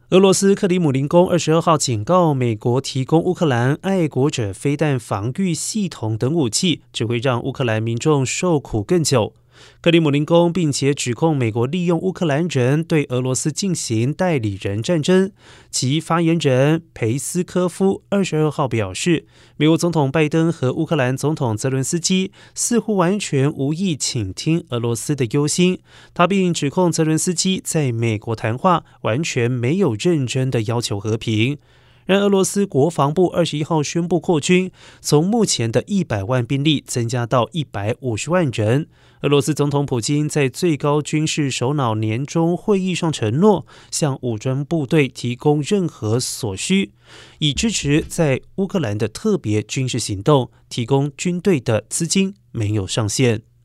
俄罗斯克里姆林宫22号警告，美国提供乌克兰爱国者飞弹防御系统等武器，只会让乌克兰民众受苦更久。克里姆林宫并且指控美国利用乌克兰人对俄罗斯进行代理人战争。其发言人佩斯科夫22号表示，美国总统拜登和乌克兰总统泽伦斯基似乎完全无意倾听俄罗斯的忧心。他并指控泽伦斯基在美国谈话完全没有认真的要求和平。然俄罗斯国防部21号宣布扩军，从目前的100万兵力增加到150万人。俄罗斯总统普京在最高军事首脑年终会议上承诺，向武装部队提供任何所需，以支持在乌克兰的特别军事行动，提供军队的资金没有上限。